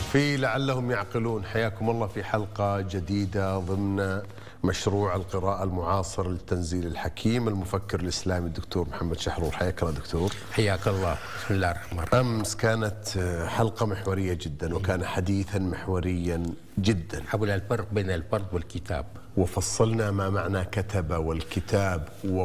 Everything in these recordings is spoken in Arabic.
في لعلهم يعقلون. حياكم الله في حلقة جديدة ضمن مشروع القراءة المعاصر للتنزيل الحكيم. المفكر الإسلامي الدكتور محمد شحرور، حياك الله دكتور. حياك الله. بسم الله الرحمن الرحيم. أمس كانت حلقة محورية جدا، وكان حديثا محوريا جدا حول الفرق بين الفرد والكتاب، وفصلنا ما معنى كتب والكتاب،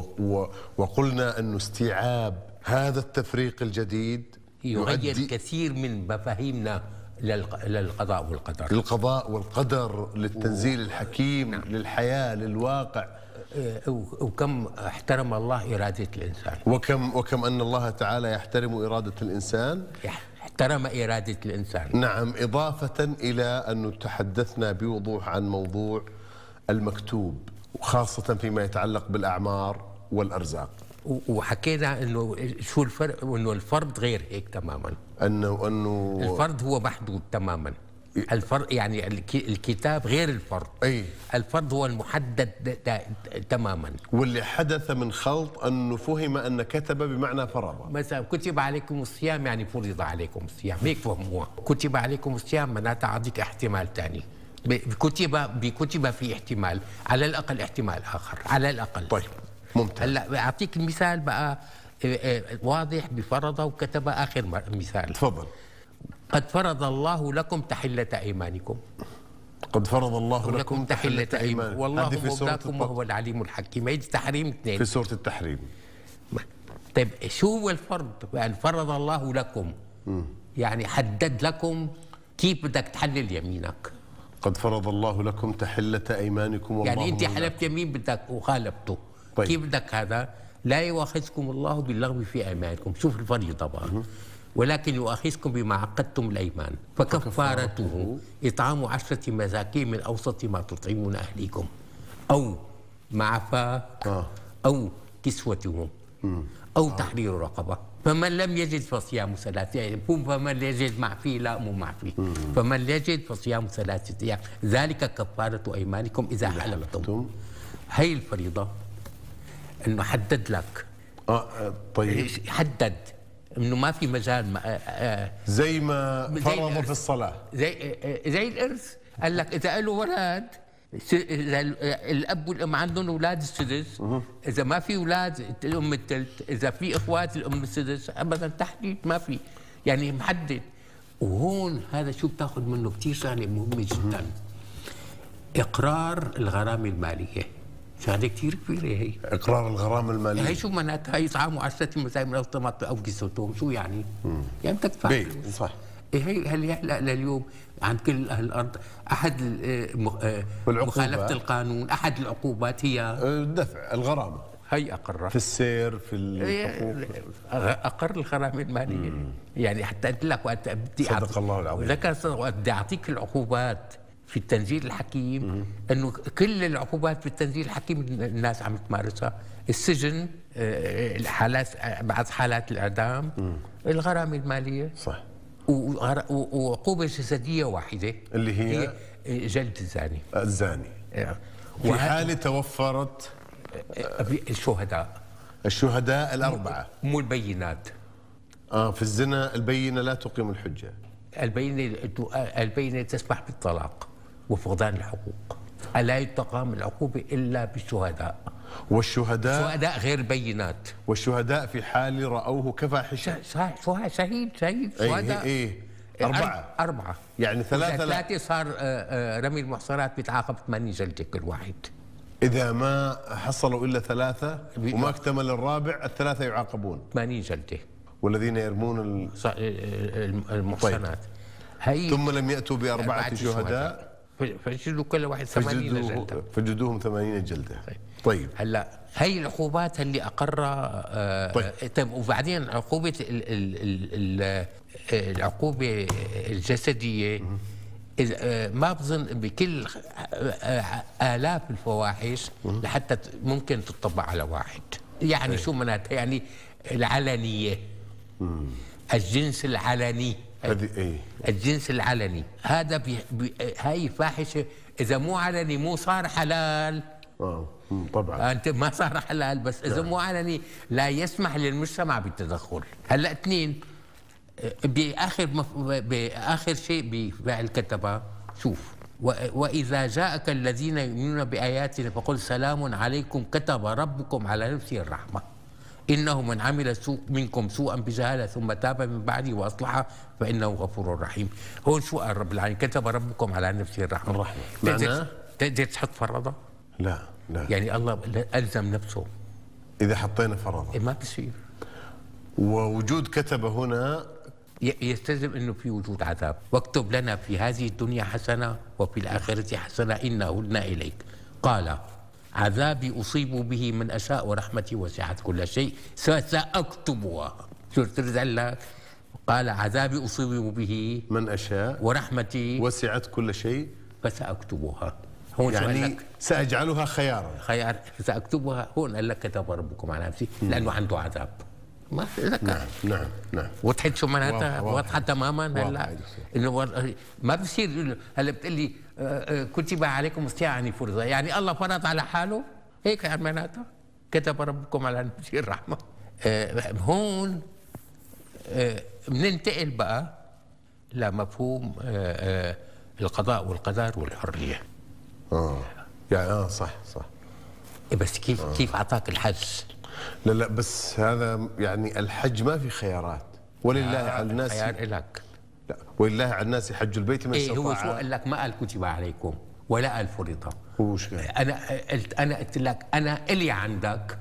وقلنا أن استيعاب هذا التفريق الجديد يغير كثير من مفاهيمنا للقضاء والقدر. للقضاء والقدر، للتنزيل الحكيم، نعم. للحياة، للواقع. وكم احترم الله إرادة الإنسان، وكم أن الله تعالى يحترم إرادة الإنسان، احترم إرادة الإنسان. نعم، إضافة إلى أن تحدثنا بوضوح عن موضوع المكتوب، وخاصة فيما يتعلق بالأعمار والأرزاق. وحكينا انه شو الفرق، وانه الفرد غير هيك تماما. انه الفرد هو محدود تماما. الفرد يعني الكتاب غير الفرد. اي الفرد هو المحدد تماما. واللي حدث من خلط انه فهم ان كتب بمعنى فرض. مثلا كتب عليكم الصيام يعني فرض عليكم الصيام، هيك فهموها. كتب عليكم الصيام معناتها اعطيك احتمال ثاني. بكتب في احتمال، على الاقل احتمال اخر، على الاقل. طيب ممتاز. هلا اعطيك المثال بقى واضح بفرض وكتب. اخر مثال تفضل. قد فرض الله لكم تحلة ايمانكم. قد فرض الله لكم تحلة ايمانكم والله مولاكم وهو العليم الحكيم. هيدي تحريم 2 في سورة التحريم. طيب شو هو الفرض؟ يعني فرض الله لكم يعني حدد لكم كيف بدك تحلل يمينك. قد فرض الله لكم تحلة ايمانكم والله يعني انت حلفت يمين بدك وخالفته. طيب. كيف بدك هذا؟ لا يؤاخذكم الله باللغو في ايمانكم. شوف الفريضه بقى. ولكن يؤاخذكم بما عقدتم الايمان فكفارته اطعام 10 مساكين من اوسط ما تطعمون اهليكم او معفاء او كسوتهم او تحرير رقبه. فمن لم يجد فصيام 3 أيام. فمن يجد معفي لا مو معفي. فمن يجد فصيام 3 أيام ذلك كفاره ايمانكم اذا حلفتم. هي الفريضه انه حدد لك. طيب حدد انه ما في مجال زي ما فرض في الصلاه، زي الارث. قال لك اذا له ولد، اذا الاب والام عندهم اولاد السدس، اذا ما في اولاد الام الثلث، اذا في اخوات الام السدس. ابدا تحديد ما في، يعني محدد. وهون هذا شو بتاخذ منه كثير شغله مهمه جدا. اقرار الغرامه الماليه شغله كثير كبيره. هي اقرار الغرامه الماليه. هي شو معناتها؟ هي اطعام 10 مساكين من اوسط او كسوتهم. شو يعني؟ يعني بدك تدفع. صح. هي هلا لليوم عند كل اهل الارض احد مخالفه القانون، احد العقوبات هي دفع الغرامه. هي اقرها في السير، في الحقوق، اقر الغرامه الماليه. يعني حتى قلت لك وقت بدي صدق الله العظيم. وقت بدي اعطيك العقوبات في التنزيل الحكيم، انه كل العقوبات في التنزيل الحكيم الناس عم تمارسها. السجن، الحالات، بعض حالات الاعدام، الغرامه الماليه. صح. وعقوبه جسديه واحده اللي هي جلد الزاني. الزاني في حال توفرت الشهداء الأربعة. مو البينات. في الزنا البينة لا تقيم الحجة. البينة تسمح بالطلاق وفقدان الحقوق. ألا تقام العقوبة إلا بالشهداء. الشهداء غير بينات. والشهداء في حال رأوه كفاحشة. شهيد شهداء. 4 يعني 3 صار رمي المحصنات بيتعاقب 80 جلدة كل واحد. إذا ما حصلوا إلا 3 وما اكتمل الرابع، ال3 يعاقبون 80 جلدة. والذين يرمون المحصنات. طيب. ثم لم يأتوا ب4 شهداء فجلدوا كل واحد 80 جلدة. فجلدوهم 80 جلدة. طيب. هلا هي العقوبات اللي اقرها. طيب وبعدين عقوبة العقوبة الجسدية، ما بظن بكل آلاف الفواحش لحتى ممكن تطبق على واحد. يعني شو معناتها؟ يعني العلنية، الجنس العلني. الجنس العلني هذا هاي فاحشة. إذا مو علني مو صار حلال. طبعا انت ما صار حلال، بس اذا مو علني لا يسمح للمجتمع بالتدخل. هلا 2 بآخر شيء بفعل كتب، شوف: وإذا جاءك الذين يؤمنون بآياتنا فقل سلام عليكم كتب ربكم على نفسه الرحمة إنه من عمل منكم سوءا بجهالة ثم تاب من بعده وأصلح فإنه غفور رحيم. هون شو قال رب العالمين؟ كتب ربكم على نفسه الرحمة. معناه تقدر تحط فرضة؟ لا يعني الله ألزم نفسه. إذا حطينا فرضة ما بصير. ووجود كتب هنا يستلزم انه في وجود عذاب. واكتب لنا في هذه الدنيا حسنه وفي الاخره حسنه انا هدنا اليك. قال: عذابي اصيب به من اشاء ورحمتي وسعت كل شيء ساكتبها. شو ترجع لك؟ قال: عذابي اصيب به من اشاء ورحمتي وسعت كل شيء فساكتبها. هون يعني ساجعلها خيارا. خيار ساكتبها. هون قال لك كتب ربكم على نفسه لانه عنده عذاب. ما نعم وضحت شو معناتها؟ واضحه تماما. هلا انه ما بصير هلا بتقول لي كتب عليكم الصيام يعني فرض، يعني الله فرض على حاله هيك معناتها كتب ربكم على نفسه الرحمه. هون بننتقل بقى لمفهوم القضاء والقدر والحريه. يعني صح بس كيف اعطاك الحج؟ لا بس هذا يعني الحج ما في خيارات. ولله على الناس خيار لك. لا ولله على الناس حج البيت من استطاع. هو شو قال لك؟ ما قال كتب عليكم ولا قال فرض. وش قال؟ انا قلت لك انا الي عندك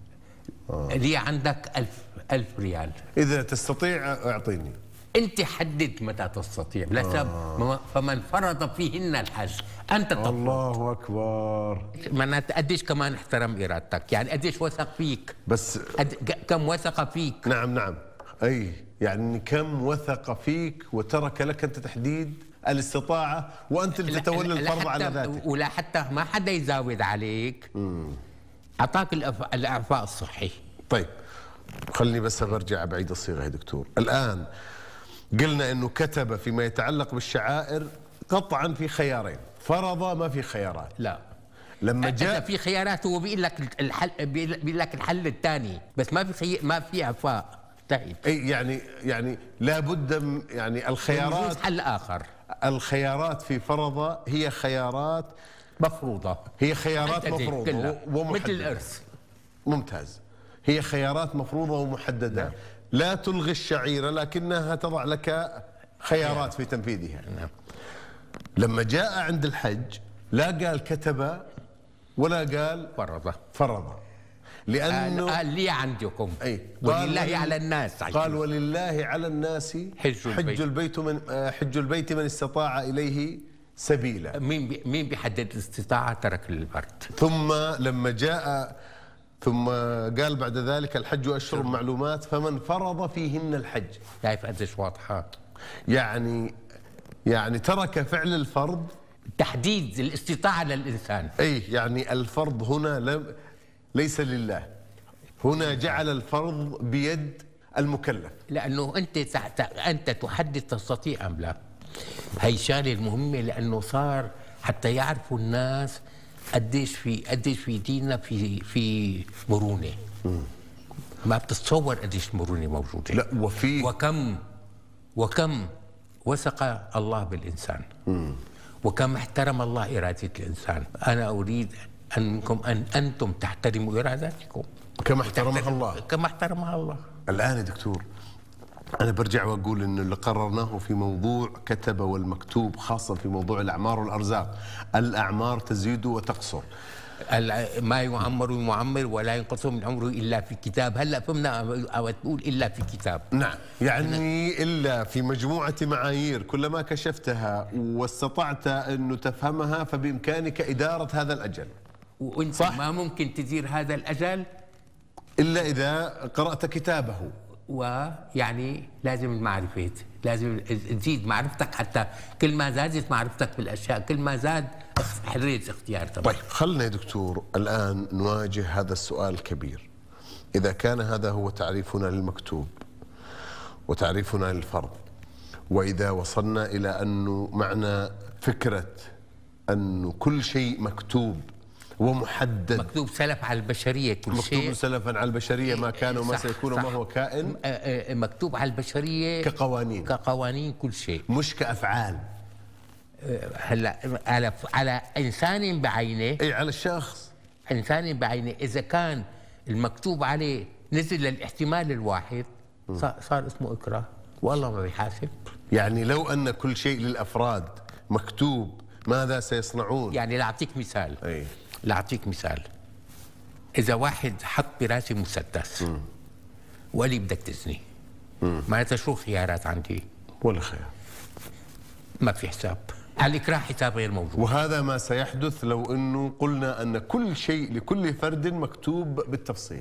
لي عندك 1000 ريال. اذا تستطيع اعطيني. انت حدد متى تستطيع لسبب فمن فرض فيهن الحج انت تفرض. الله اكبر. معناته قديش كمان احترم ارادتك، يعني قديش وثق فيك. بس كم وثق فيك. نعم اي يعني كم وثق فيك وترك لك انت تحديد الاستطاعه وانت اللي تتولى الفرض على ذاتك. ولا حتى ما حدا يزاود عليك. اعطاك الاعفاء الصحي. طيب خليني بس برجع بعيد الصيغه يا دكتور. الان قلنا انه كتب فيما يتعلق بالشعائر قطعا في خيارين، فرض ما في خيارات. لا لما جاء في خيارات هو بيقول لك الحل، بيقول لك الحل الثاني، بس ما في اعفاء. انتهت. اي يعني لابد يعني الخيارات حل اخر. الخيارات في فرض هي خيارات مفروضه. هي خيارات مفروضه ومحدده. مثل الارث. ممتاز. هي خيارات مفروضه ومحدده. نعم. لا تلغي الشعيره لكنها تضع لك خيارات في تنفيذها. نعم. لما جاء عند الحج لا قال كتب ولا قال فرض لانه قال لي عندكم. اي ولله على الناس. قال ولله على الناس حج البيت من استطاع اليه سبيلا. مين بيحدد الاستطاعه؟ ترك الفرد. ثم لما جاء ثم قال بعد ذلك الحج أشهر معلومات فمن فرض فيهن الحج. شايف قديش واضحة؟ يعني ترك فعل الفرض، تحديد الاستطاعة للإنسان. أي يعني الفرض هنا ليس لله، هنا جعل الفرض بيد المكلف. لأنه أنت تحدد تستطيع أم لا. هي الشغلة المهمة، لأنه صار حتى يعرفوا الناس قديش في ديننا في مرونه. ما بتتصور قديش المرونه موجوده. لا وفي وكم وثق الله بالانسان. وكم احترم الله اراده الانسان. انا اريد منكم ان انتم تحترموا ارادتكم كما احترمها الله. الان يا دكتور أنا برجع وأقول إنه اللي قررناه في موضوع كتب والمكتوب، خاصة في موضوع الأعمار والأرزاق، الأعمار تزيد وتقصر. ما يعمر ولا ينقص من عمره إلا في كتاب. هلا فهمنا أو تقول إلا في كتاب. نعم يعني إلا في مجموعة معايير كلما كشفتها واستطعت أنه تفهمها فبإمكانك إدارة هذا الأجل. وأنت صح؟ ما ممكن تدير هذا الأجل إلا إذا قرأت كتابه. ويعني لازم المعرفة، لازم تزيد معرفتك. حتى كل ما زادت معرفتك بالأشياء كل ما زاد حرية اختيار. طيب خلنا يا دكتور الآن نواجه هذا السؤال الكبير. إذا كان هذا هو تعريفنا للمكتوب وتعريفنا للفرض، وإذا وصلنا إلى أنه معنى فكرة أنه كل شيء مكتوب ومحدد، مكتوب سلف على البشرية كل شيء، مكتوب سلفا على البشرية ما كان وما سيكون وما هو كائن، مكتوب على البشرية كقوانين كل شيء، مش كأفعال. هلا على إنسان بعينه، أي على الشخص، إنسان بعينه إذا كان المكتوب عليه نزل للاحتمال الواحد صار اسمه إكراه والله ما بيحاسب. يعني لو أن كل شيء للأفراد مكتوب ماذا سيصنعون؟ يعني لأعطيك مثال، إذا واحد حط براسي مسدس وقال لي بدك تزني، معناتها شو الخيارات عندي؟ ولا خيار، ما في حساب، على الإكراه حساب غير موجود. وهذا ما سيحدث لو أنه قلنا أن كل شيء لكل فرد مكتوب بالتفصيل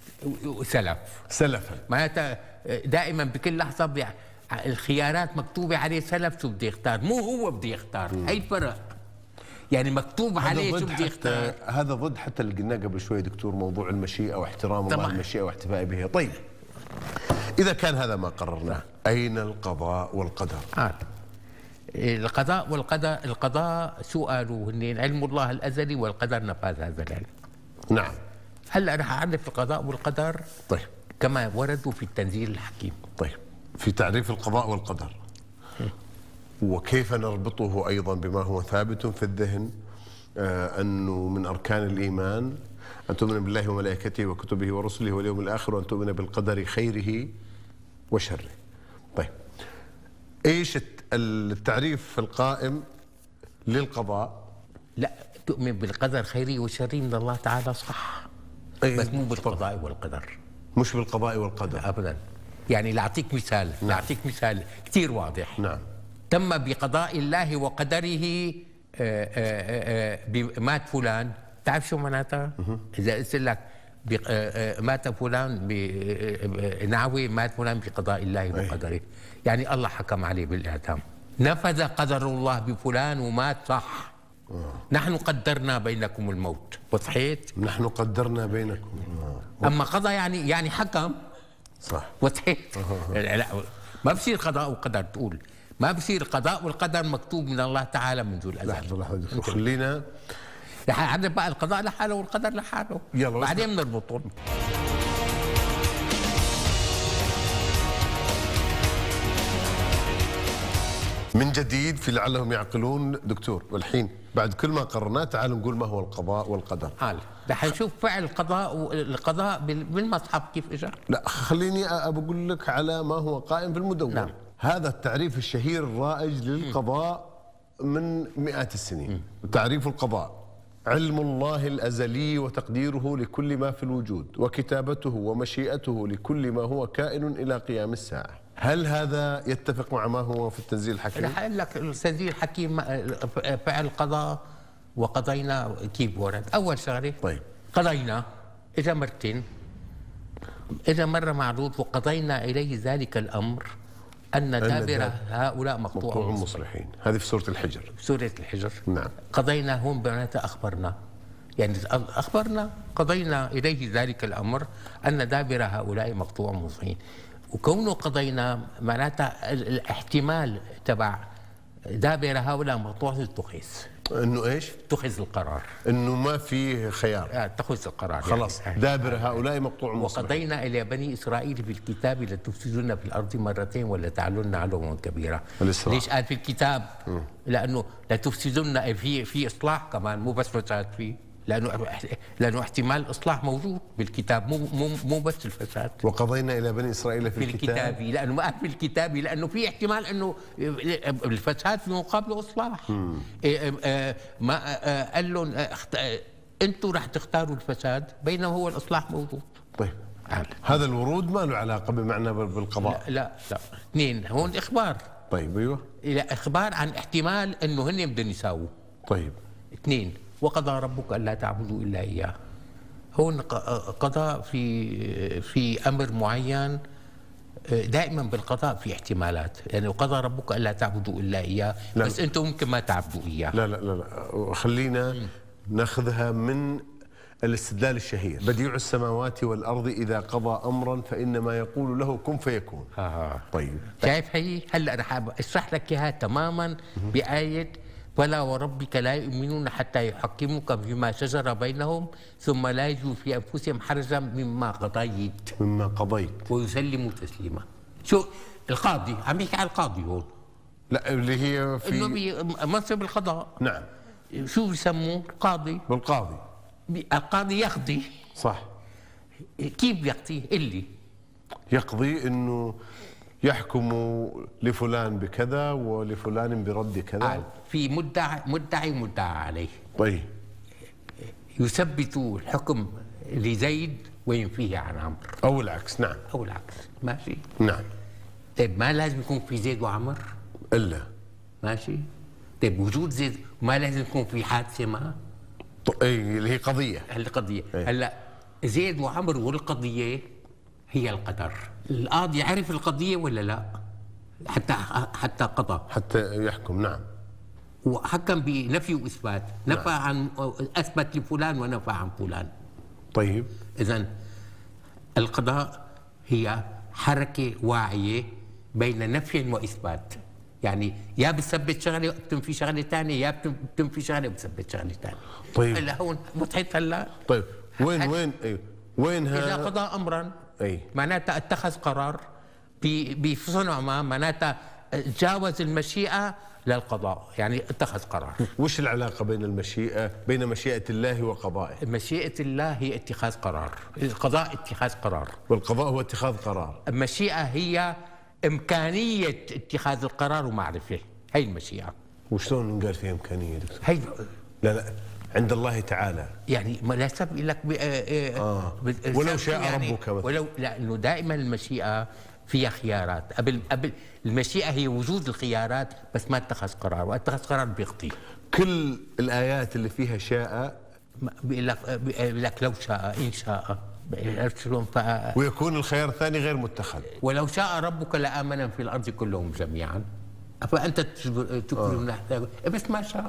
سلفا. معناتها دائما بكل لحظة الخيارات مكتوبة عليه سلف، شو بده يختار، مو هو بده يختار. هي الفرق، يعني مكتوب عليه شو بده يختار. هذا ضد حتى اللي قلناه قبل شوي دكتور، موضوع المشيئة واحترام الله المشيئة واحتفاء بها. طيب إذا كان هذا ما قررناه، أين القضاء والقدر؟ القضاء والقدر، القضاء شو قالوا هن؟ علم الله الأزلي، والقدر نفاذ هذا العلم. نعم. هلا رح أعرف القضاء والقدر طيب كما وردوا في التنزيل الحكيم. طيب في تعريف القضاء والقدر وكيف نربطه أيضا بما هو ثابت في الذهن، أنه من أركان الإيمان أن تؤمن بالله وملائكته وكتبه ورسله واليوم الآخر، وأن تؤمن بالقدر خيره وشره. طيب إيش التعريف القائم للقضاء؟ لا، تؤمن بالقدر خيره وشره من الله تعالى، صح، بس مو بالقضاء والقدر، مش بالقضاء والقدر أبدا. يعني لأعطيك مثال، لأعطيك مثال كثير واضح. نعم. تم بقضاء الله وقدره مات فلان، تعرف شو معناتها؟ إذا قلت لك مات فلان بنعوي، مات فلان بقضاء الله وقدره، يعني الله حكم عليه بالإعدام، نفذ قدر الله بفلان ومات، صح. نحن قدرنا بينكم الموت، وضحيت؟ نحن قدرنا بينكم. أما قضى يعني حكم، صح، وضحيت؟ لا، ما بصير قضاء وقدر تقول، ما بصير القضاء والقدر مكتوب من الله تعالى منذ الأزل. لحظة خلينا عندنا بقى القضاء لحاله والقدر لحاله، بعدين بنربطهم. من جديد في لعلهم يعقلون دكتور، والحين بعد كل ما قررناه تعالوا نقول ما هو القضاء والقدر. رح نشوف فعل القضاء بالمصحف كيف اجى. لا خليني بقول لك على ما هو قائم في المدون. نعم. هذا التعريف الشهير الرائج للقضاء من مئات السنين. تعريف القضاء: علم الله الأزلي وتقديره لكل ما في الوجود، وكتابته ومشيئته لكل ما هو كائن إلى قيام الساعة. هل هذا يتفق مع ما هو في التنزيل الحكيم؟ رح أقول لك التنزيل الحكيم فعل قضاء وقضينا كيف ورد. أول شغلة طيب قضينا إذا مرتين، إذا مرة معروض وقضينا إليه ذلك الأمر أن دابر هؤلاء مقطوع مصلحين. هذه في سورة الحجر. سورة الحجر. نعم. قضينا هون معناتها أخبرنا، يعني أخبرنا، قضينا إليه ذلك الأمر أن دابر هؤلاء مقطوع مصلحين. وكونه قضينا معناتها الاحتمال تبع دابر هؤلاء مقطوع اتخذ. انه ايش؟ اتخذ القرار، انه ما في خيار، اتخذ القرار خلاص يعني. دابر هؤلاء مقطوع مصلحين. وقضينا الى بني اسرائيل في الكتاب لتفسدن في الارض مرتين ولا تعلن علوا كبيرا. ليش قال في الكتاب؟ لانه لتفسدن في اصلاح كمان، مو بس فساد فيه، لانه احتمال الاصلاح موجود بالكتاب، مو بس الفساد. وقضينا الى بني اسرائيل في الكتاب، لانه ما قال في الكتاب، لانه في احتمال انه الفساد في مقابله اصلاح. ما قال لهم انتم رح تختاروا الفساد بينما هو الاصلاح موجود. طيب هذا الورود ما له علاقه بمعنى بالقضاء. لا اثنين هون اخبار. طيب ايوه، اخبار عن احتمال انه هن بدهم يساووا. طيب اثنين وقضى ربك الا تعبدوا الا اياه. هون قضاء في امر معين. دائما بالقضاء في احتمالات، يعني وقضى ربك الا تعبدوا الا اياه، بس انتم ممكن ما تعبدوا اياه. لا خلينا ناخذها من الاستدلال الشهير: بديع السماوات والارض اذا قضى امرا فانما يقول له كن فيكون. طيب شايف هي؟ هلا رح اشرح لك اياها تماما بآية فلا وربك لا يؤمنون حتى يحكموك فيما شجر بينهم ثم لا يجدوا في أنفسهم حرجا مما قضيت ويسلموا تسليما. شو القاضي عم يحكي على القاضي هون؟ لا اللي هي في انه بمنصب القضاء. نعم. شو بيسموه؟ القاضي. بالقاضي. القاضي يقضي. صح. كيف يقضي؟ اللي يقضي انه يحكم لفلان بكذا ولفلان برد كذا. في مدعي ومدعى عليه. طيب. يثبت الحكم لزيد وينفيه عن عمرو. او العكس. نعم. او العكس. ماشي. نعم. طيب ما لازم يكون في زيد وعمر؟ الا. ماشي. طيب وجود زيد ما لازم يكون في حادثه ما؟ اي اللي هي قضيه. القضيه. هلا زيد وعمر والقضيه هي القدر. القاضي يعرف القضيه ولا لا؟ حتى قضى. حتى يحكم. نعم. وحكم بنفي واثبات، نفى عن اثبت لفلان ونفى عن فلان. طيب. اذا القضاء هي حركه واعيه بين نفي واثبات، يعني يا بتثبت شغله وبتنفي شغله ثانيه، يا بتنفي شغله وبتثبت شغله ثانيه. طيب. هلا هون وضحت هلا؟ طيب وين وينها؟ اذا قضى امرا اي معناتها اتخذ قرار بصنع ما، معناتها جاوز المشيئه للقضاء، يعني اتخذ قرار. وش العلاقه بين مشيئه الله وقضائه؟ مشيئه الله هي اتخاذ قرار، القضاء اتخاذ قرار، والقضاء هو اتخاذ قرار. المشيئه هي امكانيه اتخاذ القرار ومعرفه، هي المشيئه. وشلون قال فيها امكانيه دكتور؟ هي لا عند الله تعالى، يعني ما لا سبب لك ولو شاء يعني ربك مثلا. ولو لانه دائما المشيئه فيها خيارات، قبل المشيئه هي وجود الخيارات، بس ما اتخذ قرار، واتخذ قرار بيخطي. كل الايات اللي فيها شاء بيقول لك لو شاء ان شاء، عرفت شلون؟ ويكون الخيار الثاني غير متخذ. ولو شاء ربك لآمن في الارض كلهم جميعا، فانت تكرم بس ما شاء.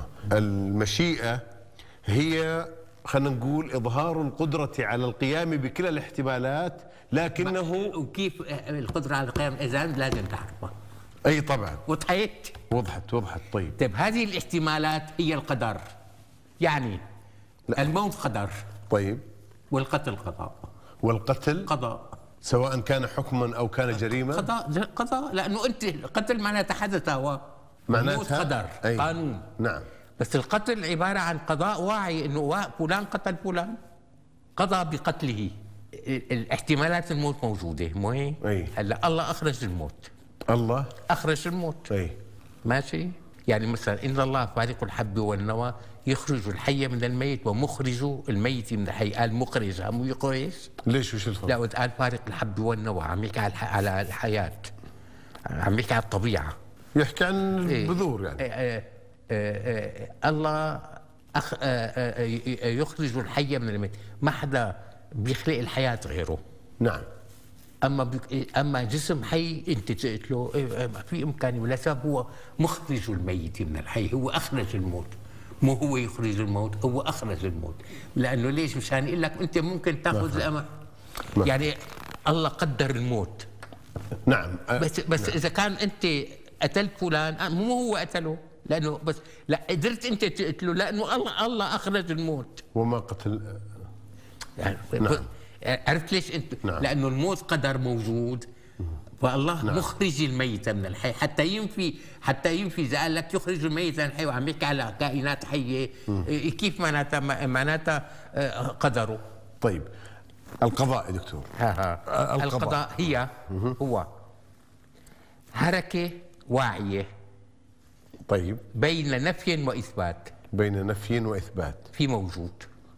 المشيئه هي خلينا نقول اظهار القدره على القيام بكلا الاحتمالات، لكنه وكيف القدره على القيام اذا لازم تعرفها. اي طبعا. وضحت. طيب هذه الاحتمالات هي القدر، يعني لا. الموت قدر. طيب. والقتل قضاء. والقتل قضاء، سواء كان حكما او كان جريمه. قضاء لانه انت القتل معناتها حدث، معناتها قدر. قانون. نعم. بس القتل عباره عن قضاء واعي، انه فلان قتل فلان، قضى بقتله. الاحتمالات الموت موجوده، مو هيك؟ هلا الله اخرج الموت. الله اخرج الموت. ماشي؟ يعني مثلا ان الله فارق الحب والنوى يخرج الحي من الميت ومخرج الميت من الحي. قال مخرج، مو يخرج. ليش وش الفرق؟ لا قال فارق الحب والنوى، عم يحكي على الحياه، عم يحكي على الطبيعه، يحكي عن البذور يعني. الله يخرج الحي من الميت، ما حدا بيخلق الحياه غيره. نعم. اما جسم حي انت تقتله في امكانيه، ولا سبب هو مخرج الميت من الحي، هو اخرج الموت، مو هو يخرج الموت، هو اخرج الموت. لانه ليش؟ مشان يقول لك انت ممكن تاخذ الامر. يعني الله قدر الموت. نعم. بس اذا كان انت قتلت فلان، مو هو قتله، لانه بس لا قدرت انت تقتله، لانه الله اخرج الموت وما قتل. يعني نعم. عرفت ليش انت؟ نعم. لانه الموت قدر موجود، فالله نعم. مخرج الميت من الحي حتى ينفي اذا قال لك يخرج الميت من الحي وعم يحكي على كائنات حيه، كيف معناتها قدره. طيب القضاء يا دكتور. القضاء هو حركه واعيه. طيب. بين نفي واثبات. بين نفي واثبات. في موجود.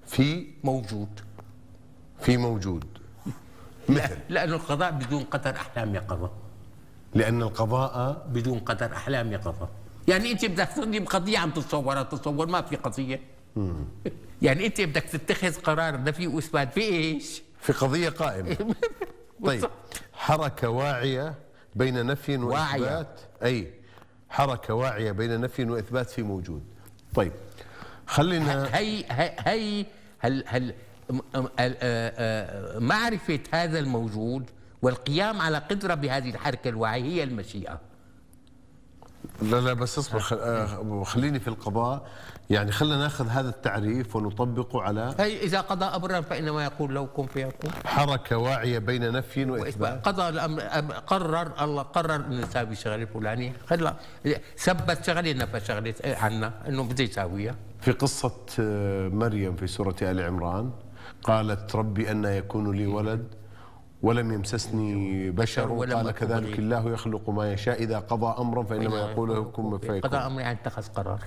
مثل. لأن القضاء بدون قدر أحلام يقظة. لأن القضاء بدون قدر أحلام يقظة. يعني أنت بدك تقضي بقضية عم تتصور ما في قضية. يعني أنت بدك تتخذ قرار نفي وإثبات في إيش؟ في قضية قائمة. طيب حركة واعية بين نفي وإثبات. أي حركة واعية بين نفي وإثبات في موجود. طيب خلينا هل معرفة هذا الموجود والقيام على قدرة بهذه الحركة الواعية هي المشيئة. لا بس اصبر، خليني في القضاء، يعني خلينا ناخذ هذا التعريف ونطبقه على هي إذا قضى أمرا فإنما يقول له كن فيكون. حركة واعية بين نفي وإثبات. قضى الأمر، قرر الله، قرر إنه يساوي الشغلة الفلانية، خلا ثبت شغلة نفى شغلة عنا إنه بده يساويها. في قصة مريم في سورة آل عمران قالت ربي أن يكون لي ولد ولم يمسسني بشر، وقال كذلك الله يخلق ما يشاء إذا قضى أمرا فإنما يقول له كن فيكون. قضى أمر يعني اتخذ قرار،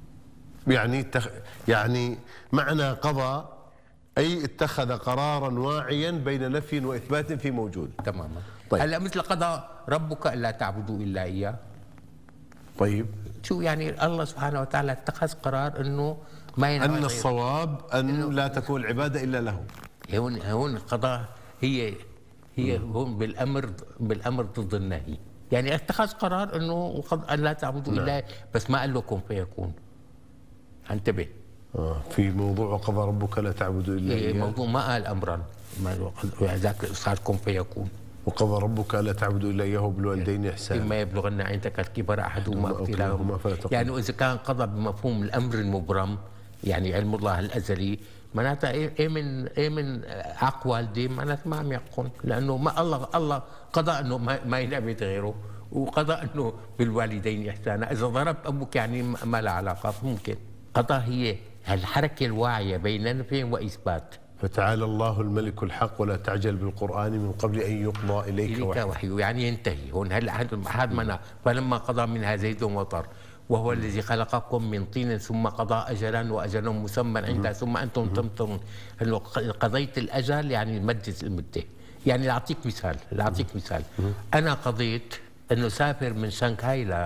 يعني معنى قضى أي اتخذ قرارا واعيا بين نفي وإثبات في موجود. تماما. طيب. هلا مثل قضى ربك ألا تعبدوا إلا إياه. طيب شو يعني الله سبحانه وتعالى اتخذ قرار إنه ما ينفع أن الصواب أن لا تكون العبادة إلا له. هون القضاء هي هون بالأمر ضد النهي، يعني اتخذ قرار إنه أن لا تعبدوا إلا، بس ما قال له كن فيكون. انتبه. في موضوع قضى ربك لا تعبدوا الا اياه، موضوع ما قال امرا، ذاك صار كن فيكون. وقضى ربك لا تعبدوا الا اياه وبالوالدين احسانا اما يبلغن عندك الكبر احدهما او كلاهما، يعني اذا كان قضى بمفهوم الامر المبرم، يعني علم الله الازلي، معناتها ايه من عق والدي، معناتها ما عم يحكم، لانه ما الله قضى انه ما ينعبد غيره، وقضى انه بالوالدين احسانا. اذا ضرب ابوك يعني ما لها علاقه، ممكن. قضى هي الحركه الواعيه بين نفي واثبات. فتعالى الله الملك الحق ولا تعجل بالقران من قبل ان يقضى اليك وحيه، يعني ينتهي. هون هذا منع. فلما قضى منها زيد وطر وهو الذي خلقكم من طين ثم قضى اجلا واجل مسمى عنده ثم انتم تمترون. قضيت الاجل يعني مدت المده. يعني لاعطيك مثال، انا قضيت انه سافر من شنغهاي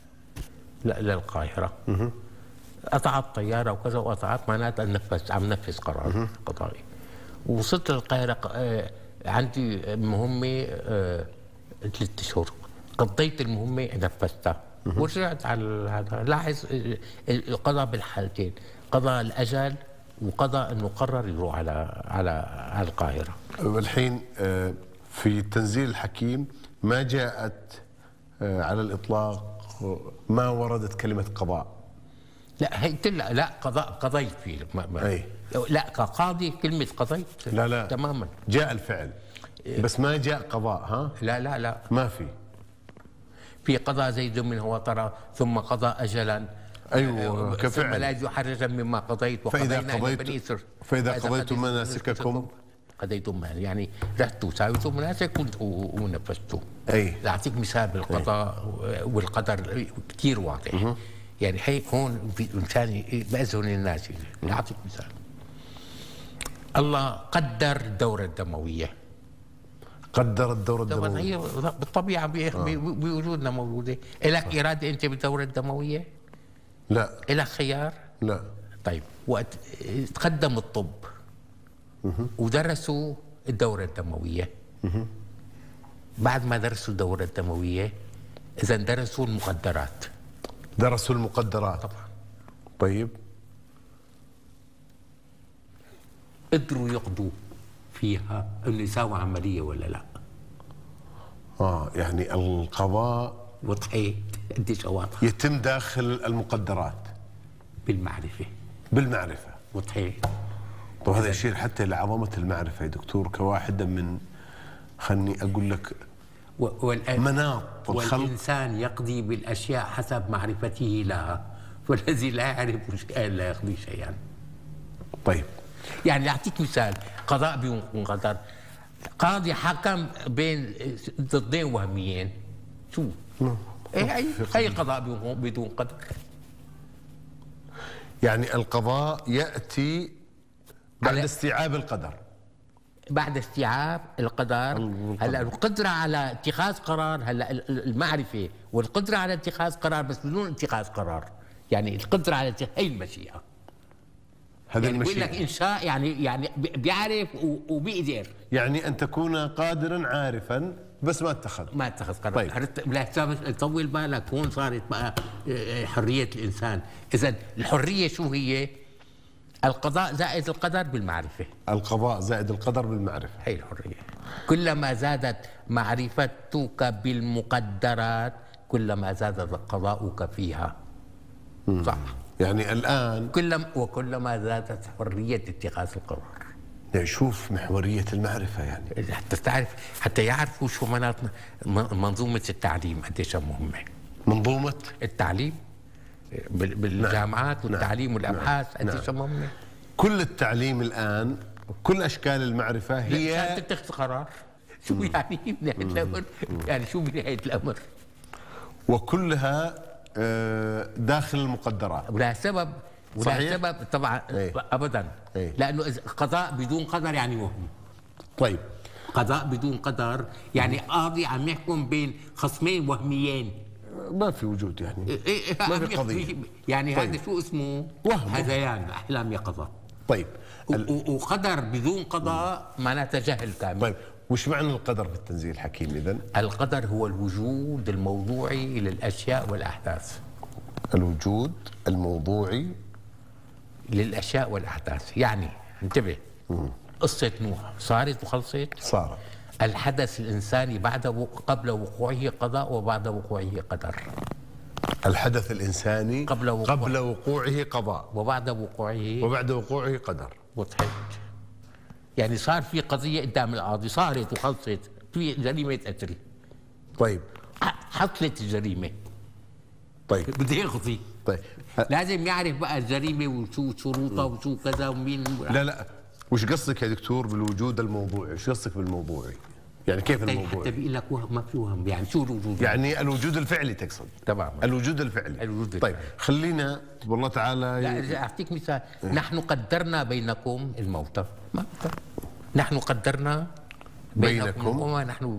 للقاهره، قطعت طياره وكذا، وقطعت معناتها عم نفذ قرار قضائي. وصلت للقاهره عندي مهمه 3 أشهر، قضيت المهمه نفذتها ورجعت على هذا. لاحظ القضاء بالحالتين، قضى الاجل وقضى انه قرر يروح على القاهره. والحين في تنزيل الحكيم ما جاءت على الاطلاق، ما وردت كلمه قضاء. لا هي لا قضيت فيه لا كقاضي كلمه قضيت لا تماما. جاء الفعل بس ما جاء قضاء. ها لا ما في قضى زيد منه وطر ثم قضى اجلا. ايوه كفعل. ثم لا يحرجا مما قضيت فاذا قضيتم مناسككم قضيتم يعني رحتوا ساويتوا مناسك ونفذتوا. اي اعطيك مثال بالقضاء والقدر كثير واضح. يعني هيك هون في انسان باذن الناس. اعطيك مثال، الله قدر الدوره الدمويه. قدر الدوره الدمويه هي بالطبيعه بوجودنا موجوده. لك اراده انت بالدوره الدمويه؟ لا. لك خيار؟ لا. طيب وقت تقدم الطب ودرسوا الدوره الدمويه، بعد ما درسوا الدوره الدمويه اذا درسوا المقدرات. درسوا المقدرات طبعا. طيب قدروا يقضوا فيها انه يساوي عمليه ولا لا؟ يعني القضاء وضحت قديش واضح يتم داخل المقدرات بالمعرفه. وضحت. طيب هذا يشير حتى لعظمه المعرفه يا دكتور، كواحده من خلني اقول لك مناط الخلق. والإنسان يقضي بالأشياء حسب معرفته لها، والذي لا يعرف شيئا لا يقضي شيئا. طيب يعني أعطيك مثال، قضاء بدون قدر. قاضي حكم بين ضدين وهميين، شو؟ أي قضاء بدون قدر؟ يعني القضاء يأتي بعد استيعاب القدر. بعد استيعاب القدر. هلا القدرة على اتخاذ قرار، هلا المعرفة والقدرة على اتخاذ قرار بس بدون اتخاذ قرار. يعني القدرة على هي المشيئة. هذا يعني بقول لك إنشاء يعني بيعرف وبيقدر. يعني أن تكون قادرا عارفا بس ما اتخذ قرار. طيب. لا طول بالك، هون صارت بقى حرية الإنسان. إذا الحرية شو هي؟ القضاء زائد القدر بالمعرفة. القضاء زائد القدر بالمعرفة، هي الحرية. كلما زادت معرفتك بالمقدرات كلما زاد قضاؤك فيها. صح. يعني الآن وكلما زادت حرية اتخاذ القرار. يعني شوف محورية المعرفة، يعني حتى تعرف، حتى يعرفوا شو مناط منظومة التعليم قديش مهمة. منظومة التعليم بالجامعات والتعليم والأبحاث قديش مهمة. كل التعليم الآن، كل أشكال المعرفة هي تتخذ قرار. شو يعني بنهاية الأمر؟ يعني شو بنهاية الأمر؟ وكلها داخل المقدرات. ولا سبب طبعا. ابدا. لانه قضاء بدون قدر يعني وهم. طيب قضاء بدون قدر يعني قاضي عم يحكم بين خصمين وهميين، ما في وجود، يعني ما في قضيه. يعني طيب. هذا شو اسمه؟ وهم، هذيان، احلام يقظه. طيب وقدر بدون قضاء معناته جهل كامل. طيب وش معنى القدر في التنزيل الحكيم اذن؟ القدر هو الوجود الموضوعي للاشياء والاحداث. الوجود الموضوعي للاشياء والاحداث، يعني انتبه. قصه نوح صارت وخلصت؟ صارت. الحدث الانساني قبل وقوعه قضاء وبعد وقوعه قدر. الحدث الانساني قبل وقوعه قضاء وبعد وقوعه قدر. وضحت؟ يعني صار في قضيه قدام القاضي، صارت وخلصت، في جريمه قتل. طيب حصلت الجريمه. طيب بده يقضي. طيب لازم يعرف بقى الجريمه وشو شروطها وشو كذا ومين. لا وش قصدك يا دكتور بالوجود الموضوعي؟ وش قصدك بالموضوعي؟ يعني كيف الموضوعي؟ حتى بيقول لك وهم، ما في وهم. يعني شو الوجود؟ يعني الوجود الفعلي تقصد؟ تمام. الوجود الفعلي. طيب خلينا والله تعالى لا اعطيك مثال. نحن قدرنا بينكم الموت. نحن قدرنا بينكم وما نحن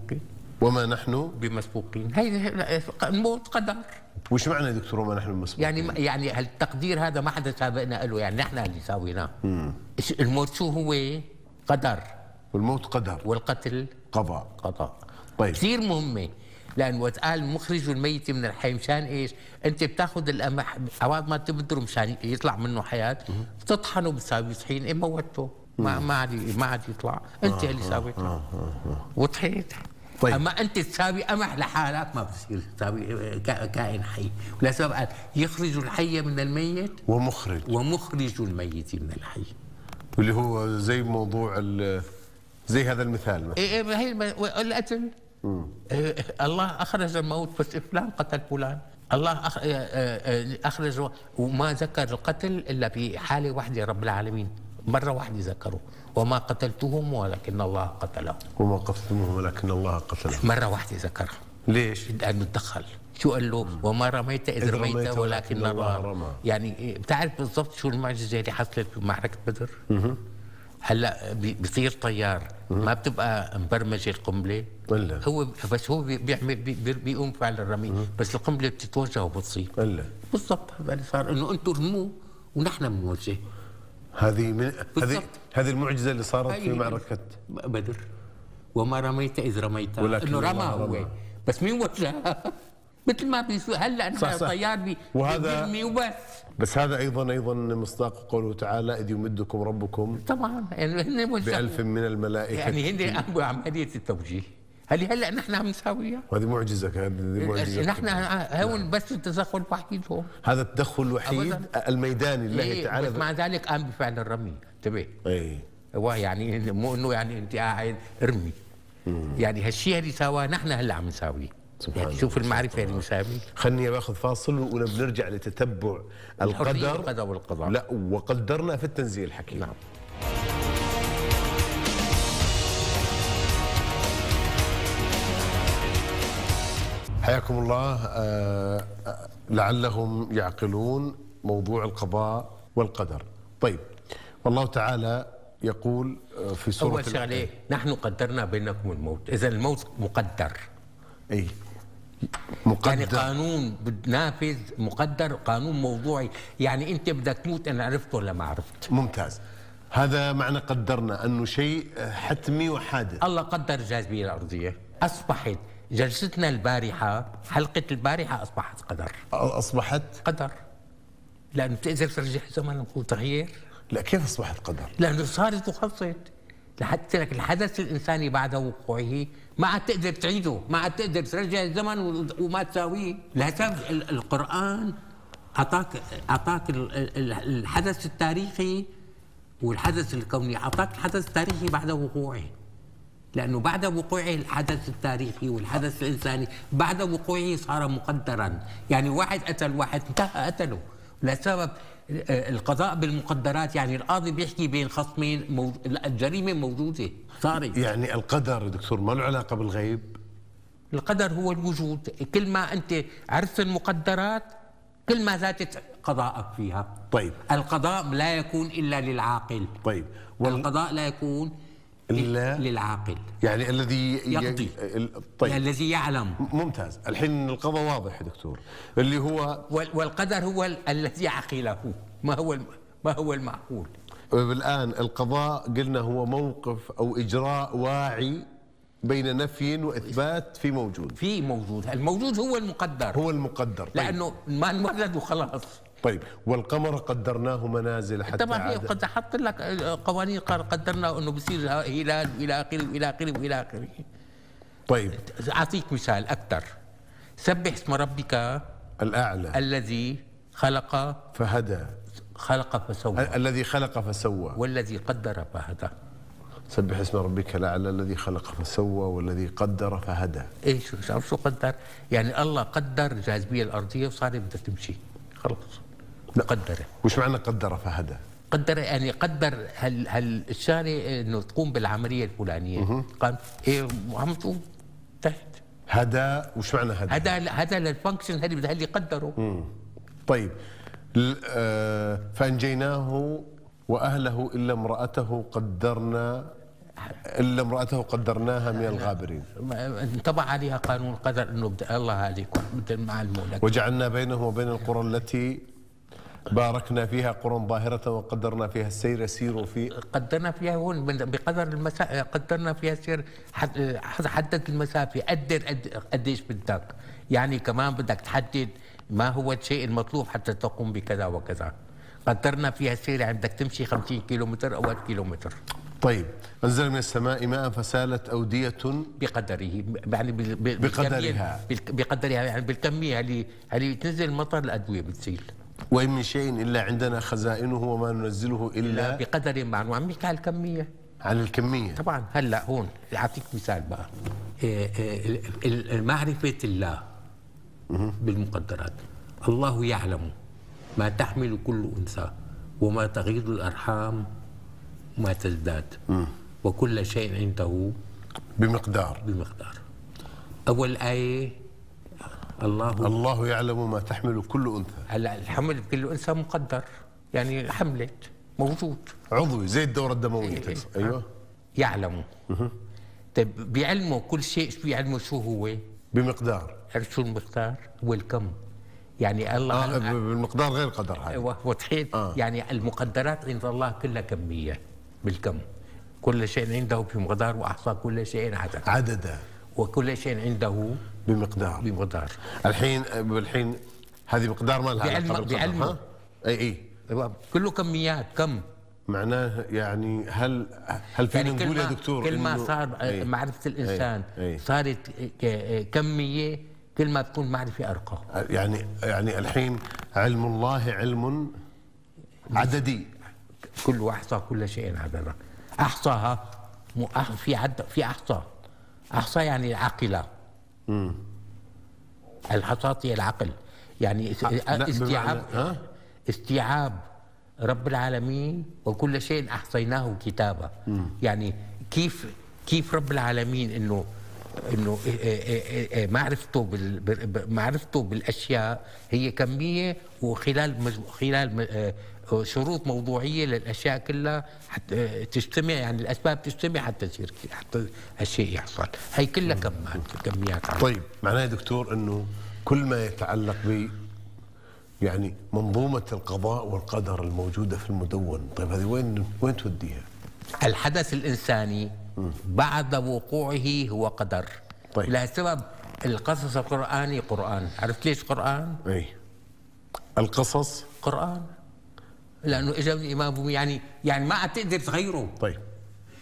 بمسبوقين. هي الموت قدر. وش معنى يا دكتور وما نحن بمسبوقين؟ يعني التقدير هذا ما حدا سابقنا له، يعني نحن اللي ساويناه. الموت شو هو؟ قدر. والموت قدر والقتل قضاء. طيب كثير مهمه، لأن وقال مخرج الميت من الحي، مشان ايش؟ انت بتاخذ القمح اوقات ما تبدره مشان يطلع منه حياه، بتطحنه بتساوي طحين، موته ما عاد يطلع، انت اللي ساويته. وضحت؟ طيب. اما انت تساوي قمح لحالك ما بصير تساوي كائن حي. ولا سبب يخرج الحي من الميت ومخرج الميت من الحي، واللي هو زي موضوع زي هذا المثال مثلا. هي القتل. الله اخرج الموت، بس فلان قتل فلان. الله اخرج وما ذكر القتل الا بحاله واحده، رب العالمين مره واحده ذكره: وما قتلتهم ولكن الله قتلهم. مره واحده ذكرها. ليش؟ لانه تدخل. شو قال له؟ وما رميت اذ رميت ولكن الله رمى. يعني بتعرف بالضبط شو المعجزه اللي حصلت بمعركه بدر؟ هلا بيطير طيار، ما بتبقى مبرمجه القنبله، هو بيعمل بيقوم فعل الرمي، بس القنبله بتتوجه وبتصيب. بالضبط هذا اللي صار، انه انتم رموه ونحن بنوجه. هذه المعجزه اللي صارت في معركه بدر. وما رميت اذ رميت، انه رمى هو، بس مين وجهها؟ مثل ما هلا نحن طيار بيرمي وبس. بس هذا ايضا مصداق قوله تعالى: اذ يمدكم ربكم طبعا، يعني هن ب1000 من الملائكه، يعني هن قاموا بعمليه التوجيه. هلا نحن عم نساويها. وهذه معجزه. نحن هون بس التدخل الوحيد هون، هذا التدخل الوحيد الميداني لله تعالى. بس مع ذلك قام بفعل الرمي. انتبه. هو يعني مو انه يعني انت قاعد ارمي. يعني هالشيء اللي سواه نحن هلا عم نساويه. يعني شوف المعرفه اللي مساوي. خلني باخذ فاصل ونرجع لتتبع القدر والقضاء. لا وقدرنا في التنزيل الحكيم. نعم. حياكم الله. لعلهم يعقلون موضوع القضاء والقدر. طيب والله تعالى يقول في سورة أول شغلة: نحن قدرنا بينكم الموت. إذا الموت مقدر. مقدر، يعني قانون نافذ مقدر، قانون موضوعي. يعني أنت بدك تموت، أنا عرفت ولا ما عرفت. ممتاز. هذا معنى قدرنا، أنه شيء حتمي وحادث. الله قدر الجاذبية الأرضية. أصبحت جلستنا البارحة، حلقة البارحة أصبحت قدر. لأنه بتقدر ترجع زمن وتغيير. لا، كيف أصبحت قدر؟ لأنه صارت وخلصت. لحتى لك الحدث الانساني بعد وقوعه ما عاد تقدر تعيده، ما عاد تقدر ترجع الزمن وما تساويه. لهذا القرآن اعطاك الحدث التاريخي والحدث الكوني، اعطاك الحدث التاريخي بعد وقوعه، لانه بعد وقوعه الحدث التاريخي والحدث الانساني بعد وقوعه صار مقدرا. يعني واحد قتل واحد انتهى قتله لسبب القضاء بالمقدرات. يعني القاضي بيحكي بين خصمين الجريمه موجوده صارت. يعني القدر دكتور ما له علاقه بالغيب؟ القدر هو الوجود، كل ما انت عرفت المقدرات كل ما زادت قضاءك فيها. طيب القضاء لا يكون الا للعاقل. طيب القضاء لا يكون إلا للعاقل، يعني الذي يقضي. طيب يعني الذي يعلم. ممتاز. الحين القضاء واضح يا دكتور، اللي هو والقدر هو الذي عقله، ما هو المعقول. الآن القضاء قلنا هو موقف أو إجراء واعي بين نفي وإثبات في موجود. الموجود هو المقدر. هو المقدر. طيب. لأنه ما انولد وخلاص. طيب والقمر قدرناه منازل حتى طبعا هي قد حط لك قوانين قدرنا انه بصير هلال والى اخره والى اخره والى اخره. طيب اعطيك مثال اكثر. سبح اسم ربك الاعلى الذي خلق فهدى، خلق فسوى، الذي خلق فسوى، والذي قدر فهدى. سبح اسم ربك الاعلى الذي خلق فسوى والذي قدر فهدى. ايش شو قدر؟ يعني الله قدر الجاذبيه الارضيه وصارت بدها تمشي خلص. قدره. وش معنى قدر فهدى؟ قدر يعني قدر الشارع انه تقوم بالعمليه الفلانيه. قال ايه عم تقوم انتهت. هدى وش معنى هدى؟ هذا للفانكشن هذه بدها اللي قدره. طيب فانجيناه واهله الا امراته قدرناها من الغابرين. انطبع عليها قانون قدر انه الله هذه مع المولى. وجعلنا بينه وبين القرى التي باركنا فيها قرى ظاهرة وقدرنا فيها السير يسيروا في. قدرنا فيها هون بقدر المسافة، قدرنا فيها السير، حدد المسافة، قديش بدك. يعني كمان بدك تحدد ما هو الشيء المطلوب حتى تقوم بكذا وكذا. قدرنا فيها السير يعني بدك تمشي 50 كيلومتر أو 1 كيلومتر. طيب أنزل من السماء ماء فسالت أودية بقدره، يعني بقدرها يعني بالكمية اللي تنزل المطر الأدوية بتسيل. وإن من شيء إلا عندنا خزائنه وما ننزله إلا بقدر معلوم. عم نحكي على الكمية. على الكمية طبعا. هلا هون أعطيك مثال بقى. معرفة الله بالمقدرات. الله يعلم ما تحمل كل أنثى وما تغيض الأرحام وما تزداد وكل شيء عنده بمقدار. أول آية الله يعلم ما تحمل كل أنثى. هلا الحمل كل أنثى مقدر، يعني حملت موجود عضوي زي الدورة الدموية. أيوه يعلم. طيب بعلمه كل شيء بعلمه شو هو؟ بمقدار. عرفت شو المقدار؟ هو الكم. يعني الله بالمقدار غير قدر هذا. وضحيت. يعني المقدرات عند الله كلها كمية بالكم. كل شيء عنده بمقدار وأحصى كل شيء عددا وكل شيء عنده بمقدار. الحين هذه مقدار ما لها علاقة بعلمه. اي كله كميات. كم معناه يعني هل فينا يعني نقول يا دكتور كل ما صار معرفة الإنسان صارت كمية كل ما تكون معرفة أرقى. يعني الحين علم الله علم عددي. كله أحصى كل شيء عددا. أحصاها في أحصى يعني عقلة. الحصاة هي العقل. يعني استيعاب رب العالمين وكل شيء أحصيناه كتابا. يعني كيف رب العالمين إنه معرفته بالأشياء هي كمية وخلال شروط موضوعية للأشياء كلها حتى تجتمع. يعني الأسباب تجتمع حتى تصير حتى هالشيء يحصل. هي كلها كميات. طيب معناه يا دكتور إنه كل ما يتعلق ب يعني منظومة القضاء والقدر الموجودة في المدون، طيب هذه وين توديها؟ الحدث الإنساني بعد وقوعه هو قدر. طيب. لسبب القصص القرآني قرآن. عرفت ليش قرآن؟ أي القصص قرآن لأنه إجا من الإمام يعني ما عاد تقدر تغيره. طيب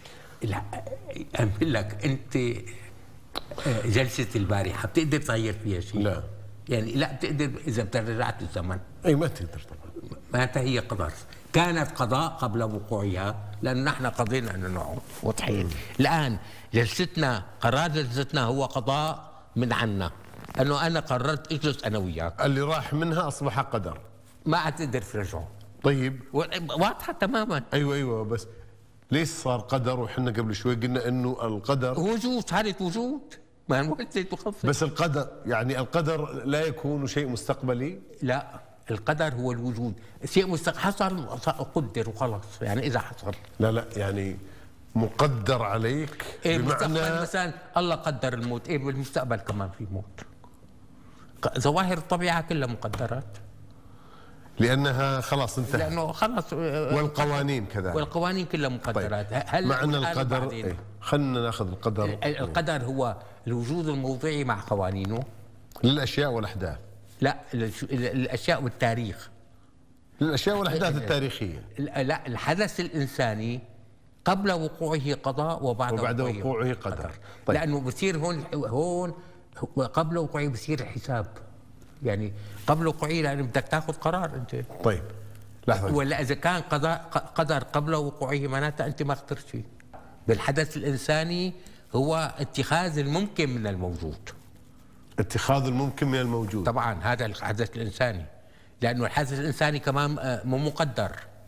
أقول لك أنت جلسة البارحة بتقدر تغير فيها شيء؟ لا يعني لا بتقدر إذا بترجعت الزمن. أي ما تقدر طبعا. معناتها هي قدر، كانت قضاء قبل وقوعها، لأن نحن قضينا أن نعود وضحين. الآن جلستنا، قرار جلستنا هو قضاء من عنا، أنه أنا قررت أجلس أنا وياك، اللي راح منها أصبح قدر، ما عاد تقدر ترجعه. طيب واضحة تماما. أيوة بس ليش صار قدر وحنا قبل شوي قلنا إنه القدر وجود، حالة وجود، ما المحدث مخفف. بس القدر يعني القدر لا يكون شيء مستقبلي؟ لا، القدر هو الوجود، شيء مستقبل حصل قدر وخلاص، يعني إذا حصل. لا يعني مقدر عليك، بمعنى مثلا الله قدر الموت، بالمستقبل كمان في موت. ظواهر الطبيعة كلها مقدرات، لأنها خلاص انتهت، لأنه خلاص. والقوانين كذلك، والقوانين كلها مقدرات. طيب. هل مع أن القدر خلينا ناخذ القدر. القدر هو الوجود الموضعي مع قوانينه للأشياء والأحداث. لا، الأشياء والتاريخ. للأشياء والأحداث التاريخية. لا، الحدث الإنساني قبل وقوعه قضاء وبعد وقوعه قدر. طيب. لأنه بصير هون قبل وقوعه بصير حساب، يعني قبل وقوعه لأنه بدك تاخذ قرار أنت. طيب لحظة، ولا إذا كان قدر قبل وقوعه معناتها أنت ما اخترت شيء. بالحدث الإنساني هو اتخاذ الممكن من الموجود. اتخاذ الممكن من الموجود، طبعا هذا الحدث الإنساني، لأنه الحدث الإنساني كمان مقدر.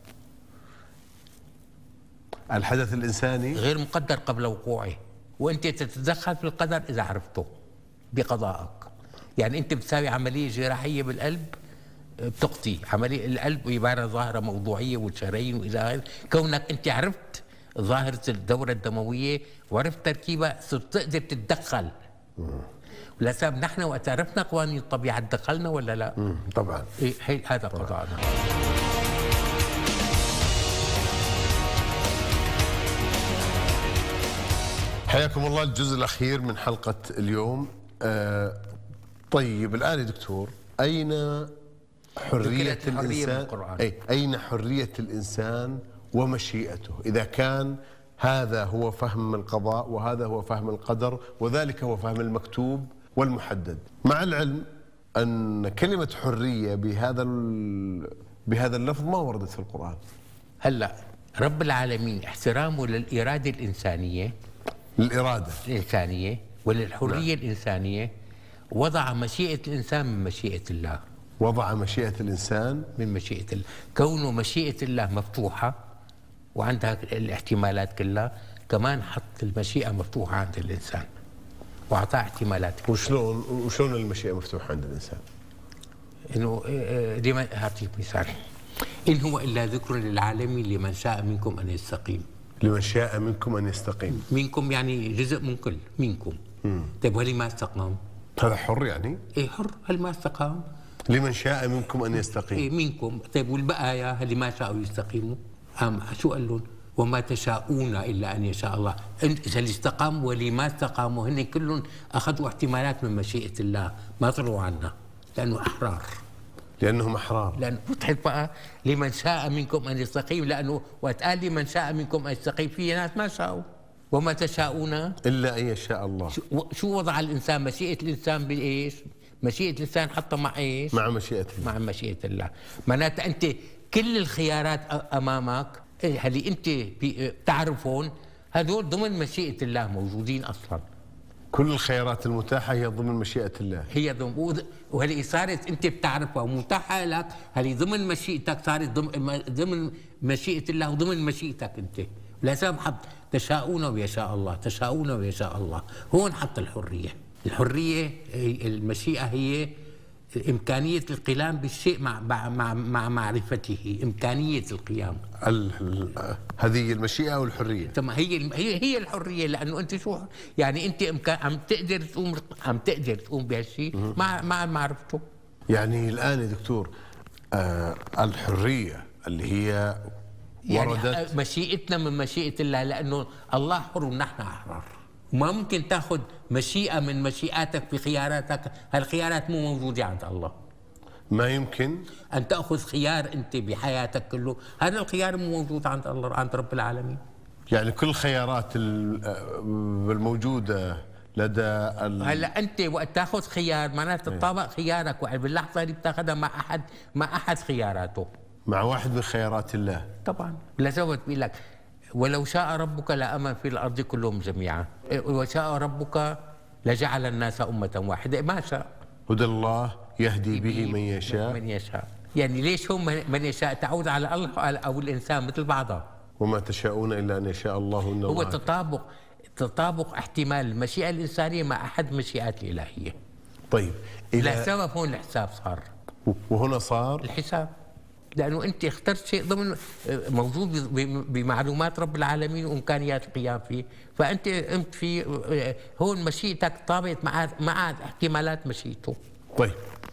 الحدث الإنساني غير مقدر قبل وقوعه، وأنت تتدخل في القدر إذا عرفته بقضائك. يعني أنت بتساوي عملية جراحية بالقلب، بتقضي عملية القلب عبارة ظاهرة موضوعية والشرايين وإلى كونك أنت عرفت ظاهرة الدورة الدموية وعرفت تركيبها، صرت تقدر تتدخل. ولسبب نحن وقت عرفنا قوانين الطبيعة تدخلنا ولا لا؟ طبعا. هذا قضاءنا. حياكم الله. الجزء الأخير من حلقة اليوم. طيب الآن يا دكتور، أين حرية الإنسان؟ أين حرية الإنسان ومشيئته إذا كان هذا هو فهم القضاء وهذا هو فهم القدر وذلك هو فهم المكتوب والمحدد، مع العلم أن كلمة حرية بهذا اللفظ ما وردت في القرآن. هلا رب العالمين احترامه للإرادة الإنسانية، للإرادة الإنسانية وللحرية الإنسانية، وضع مشيئة الإنسان من مشيئة الله. وضع مشيئة الإنسان من مشيئة الله، كونه مشيئة الله مفتوحة وعندها الاحتمالات كلها، كمان حط المشيئة مفتوحة عند الإنسان وأعطاه احتمالات. وشلون المشيئة مفتوحة عند الإنسان؟ إنه لمن أعطيك مثال، إن هو إلا ذكر للعالمين لمن شاء منكم أن يستقيم. لمن شاء منكم أن يستقيم. منكم يعني جزء من كل منكم. طيب وهل ما استقام؟ هذا حر يعني؟ إيه حر، هل ما استقام؟ لمن شاء منكم أن يستقيم. إيه منكم. طيب والبقايا هل ما شاءوا يستقيموا؟ شو قال لهم؟ وما تشاءون إلا أن يشاء الله. إذا اللي استقاموا واللي ما استقاموا هن كلهم أخذوا احتمالات من مشيئة الله، ما طلعوا عنها لأنه أحرار. لأنهم أحرار. لأنه فتحت بقى لمن شاء منكم أن يستقيم، لأنه وقت قال لمن شاء منكم أن يستقيم في ناس ما شاءوا. وما تشاءون إلا أن يشاء الله. شو وضع الإنسان؟ مشيئة الإنسان بإيش؟ مشيئة الإنسان حتى مع إيش؟ مع مشيئة الله. مع مشيئة الله. معناتها أنت كل الخيارات أمامك اللي أنت بتعرفون هذول ضمن مشيئة الله موجودين أصلا. كل الخيارات المتاحة هي ضمن مشيئة الله. هي وهذه صارت أنت بتعرفها ومتاحة لك، هذه ضمن مشيئتك، صارت ضمن مشيئة الله وضمن مشيئتك أنت. لسبب حط تشاءون ويشاء الله، تشاءون ويشاء الله. هون حط الحرية. الحرية المشيئة هي إمكانية القيام بالشيء مع معرفته، إمكانية القيام. هذه المشيئة والحرية. تمام، هي الحرية، لأنه أنت شو يعني أنت عم تقدر تقوم بهالشيء مع معرفته. يعني الآن يا دكتور الحرية اللي هي وردت يعني مشيئتنا من مشيئة الله، لأنه الله حر ونحن أحرار. ما ممكن تأخذ مشيئة من مشيئاتك في خياراتك، هالخيارات مو موجودة عند الله. ما يمكن أن تأخذ خيار أنت بحياتك كله، هذا الخيار مو موجود عند الله، عند رب العالمين. يعني كل الخيارات الموجودة لدى هلا انت وقت تاخذ خيار معناته تطابق خيارك، وباللحظه اللي بتاخذها مع احد خياراته، مع واحد من خيارات الله. طبعا لسبب بيقول لك ولو شاء ربك لامن في الارض كلهم جميعا، وشاء ربك لجعل الناس امه واحده، ما شاء. هدى الله يهدي به من يشاء. يعني ليش هم من يشاء تعود على الله او الانسان مثل بعضها. وما تشاءون الا ان يشاء الله. هو تطابق احتمال المشيئه الانسانيه مع احد المشيئات الالهيه. طيب لسبب هون الحساب صار، وهنا صار الحساب، لانه انت اخترت شيء ضمن موجود بمعلومات رب العالمين وامكانيات القيام فيه، فانت قمت فيه. هون مشيئتك طابقت مع احتمالات مشيئته. طيب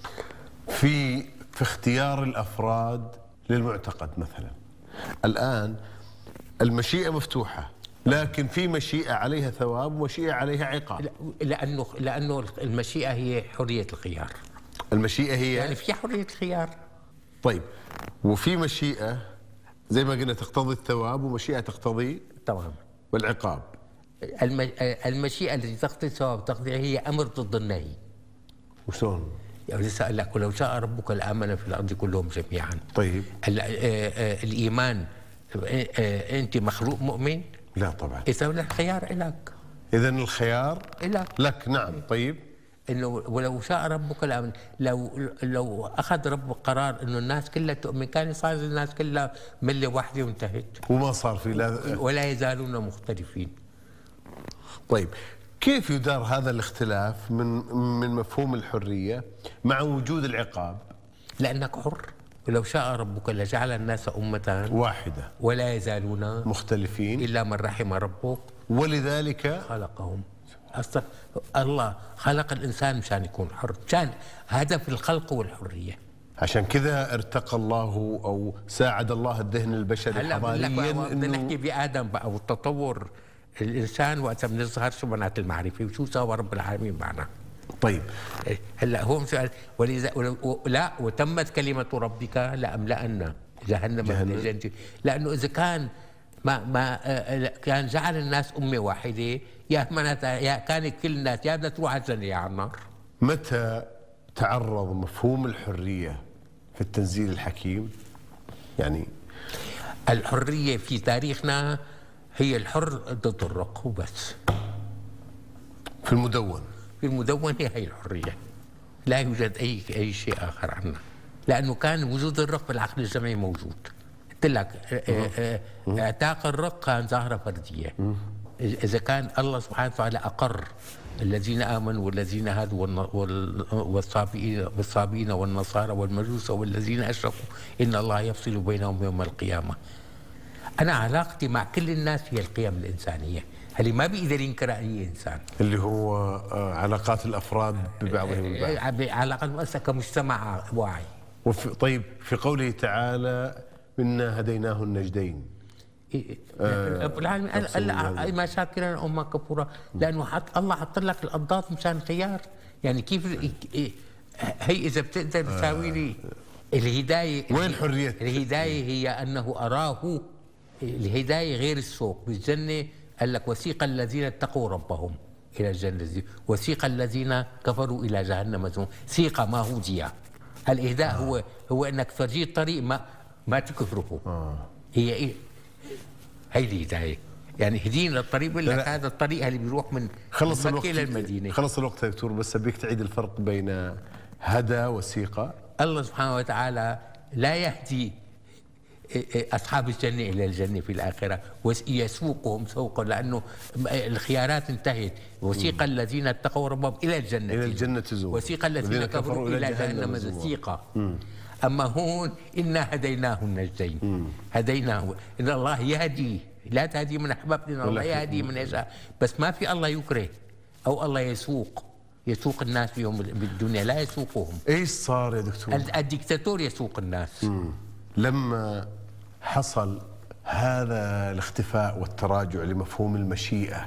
في اختيار الافراد للمعتقد مثلا، الان المشيئه مفتوحه، لكن في مشيئه عليها ثواب ومشيئه عليها عقاب. لانه المشيئه هي حريه الخيار. المشيئه هي يعني في حريه الخيار. طيب وفي مشيئه زي ما قلنا تقتضي الثواب، ومشيئه تقتضي تمام والعقاب. المشيئه التي تقتضي الثواب تقتضي هي امر ضد النهي. وشلون؟ يعني لسه قال لك ولو شاء ربك لآمن في الارض كلهم جميعا. طيب الايمان، انت مخلوق مؤمن؟ لا طبعا. اذا الخيار لك. اذا الخيار لك. نعم. طيب انه ولو شاء ربك لآمن، لو اخذ ربك قرار انه الناس كلها تؤمن كان صار الناس كلها مله واحده وانتهت، وما صار في ولا يزالون مختلفين. طيب كيف يدار هذا الاختلاف من مفهوم الحريه مع وجود العقاب؟ لانك حر. ولو شاء ربك لجعل الناس أمة واحدة ولا يزالون مختلفين إلا من رحم ربك ولذلك خلقهم. الله خلق الإنسان مشان يكون حر، مشان هدف الخلق والحرية. عشان كذا ارتقى الله أو ساعد الله الذهن البشري حضاريا. بدنا نحكي بآدم بقى والتطور الإنسان وقت بنظهر شو معنات المعرفة وشو سوى رب العالمين معنا. طيب هلا هو سؤال لا وتمت كلمة ربك لأملأن جهنم من الجنة، لأنه إذا كان ما كان جعل الناس أمة واحدة يا معناتها يا كان كل الناس يا بدها تروح على الجنة يا على النار. متى تعرض مفهوم الحرية في التنزيل الحكيم؟ يعني الحرية في تاريخنا هي الحر ضد الرق وبس. في المدون هي الحرية، لا يوجد أي شيء آخر عنها، لأنه كان وجود الرق بالعقل الجمعي موجود. قلت لك اعتاق الرق كان ظاهرة فردية. إذا كان الله سبحانه وتعالى أقر الذين آمنوا والذين هادوا والصابئين والنصارى والمجوس والذين أشركوا إن الله يفصل بينهم يوم القيامة. أنا علاقتي مع كل الناس هي القيم الإنسانية، اللي ما بيقدر ينكرها أي إنسان، اللي هو علاقات الأفراد ببعضهم البعض، علاقات مؤسسة كمجتمع واعي. طيب في قوله تعالى إنا هديناه النجدين، رب العالمين قال ما شاكرا أما كفورا، لأنه الله حط لك الأضداد مشان خيار. يعني كيف هي إذا بتقدر تساوي لي الهداية؟ وين حرية؟ الهداية هي أنه أراه، الهداية غير السوق. بالجنة قال لك وسيق الذين اتقوا ربهم إلى الجنة وسيق الذين كفروا إلى جهنم زمرا. سيق ما هو ديا. الإهداء هو أنك تفرجيه الطريق ما تكفره. هي إيه؟ هي الهداية. يعني هدينا الطريق بيقول لك هذا الطريق اللي بيروح من مكة إلى المدينة. خلص الوقت يا دكتور، بس أبيك تعيد الفرق بين هدى وسيقة. الله سبحانه وتعالى لا يهدي أصحاب الجنة إلى الجنة في الآخرة ويسوقهم سوقا، لأنه الخيارات انتهت. وسيق الذين اتقوا ربهم إلى الجنة زمرا وسيق الذين كفروا إلى جهنم زمرا. أما هون إنا هديناه النجدين. هديناه. إن الله يهدي، لا تهدي من أحببت، إن الله يهدي من يشاء، بس ما في الله يكره أو الله يسوق الناس اليوم بالدنيا، لا يسوقهم. ايش صار يا دكتور؟ الدكتاتور يسوق الناس. لما حصل هذا الاختفاء والتراجع لمفهوم المشيئة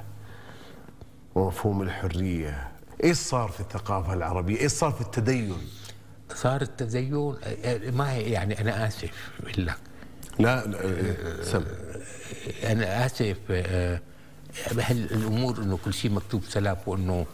ومفهوم الحرية، ايش صار في الثقافة العربية؟ ايش صار في التدين؟ صار التدين ما هي، يعني أنا آسف أقول لك، لا سم. أنا آسف، الأمور إنه كل شيء مكتوب سلف، وإنه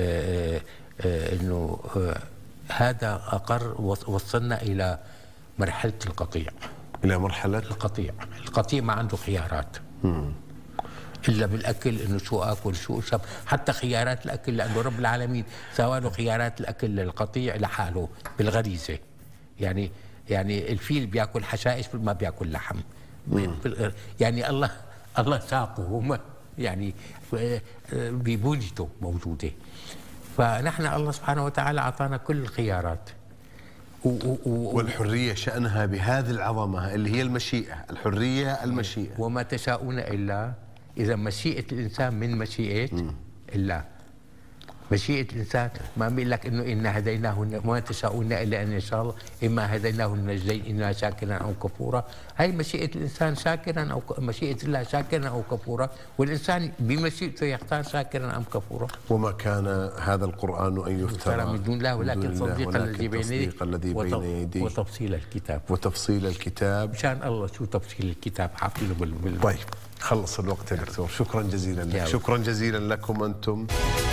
إنه هذا أقر وصلنا إلى مرحلة القطيع. إلى مرحلة القطيع ما عنده خيارات إلا بالأكل، إنه شو آكل شو أشرب، حتى خيارات الأكل، لأنه رب العالمين سوى له خيارات الأكل للقطيع لحاله بالغريزة. يعني الفيل بياكل حشائش ما بياكل لحم، يعني الله ساقه، يعني ببوجته موجودة. فنحن الله سبحانه وتعالى أعطانا كل الخيارات والحرية شأنها بهذه العظمة اللي هي المشيئة، الحرية المشيئة. وما تشاءون إلا إذا مشيئة الإنسان من مشيئة الله. مشيئة الإنسان ما بيقول لك إنه إنا هديناه، وما تشاءون إلا أن يشاء الله إما هديناه النجدين إما شاكرا أو كفورا. هي مشيئة الإنسان شاكرا أو مشيئة الله شاكرا أو كفورا، والإنسان بمشيئته يختار شاكرا أم كفورا. وما كان هذا القرآن أن يفترى من دون الله، ولكن تصديق الذي بين يديه وتفصيل الكتاب. مشان الله شو تفصيل الكتاب حافظه طيب خلص الوقت يا دكتور، شكرا جزيلا لك. شكرا جزيلا لكم أنتم.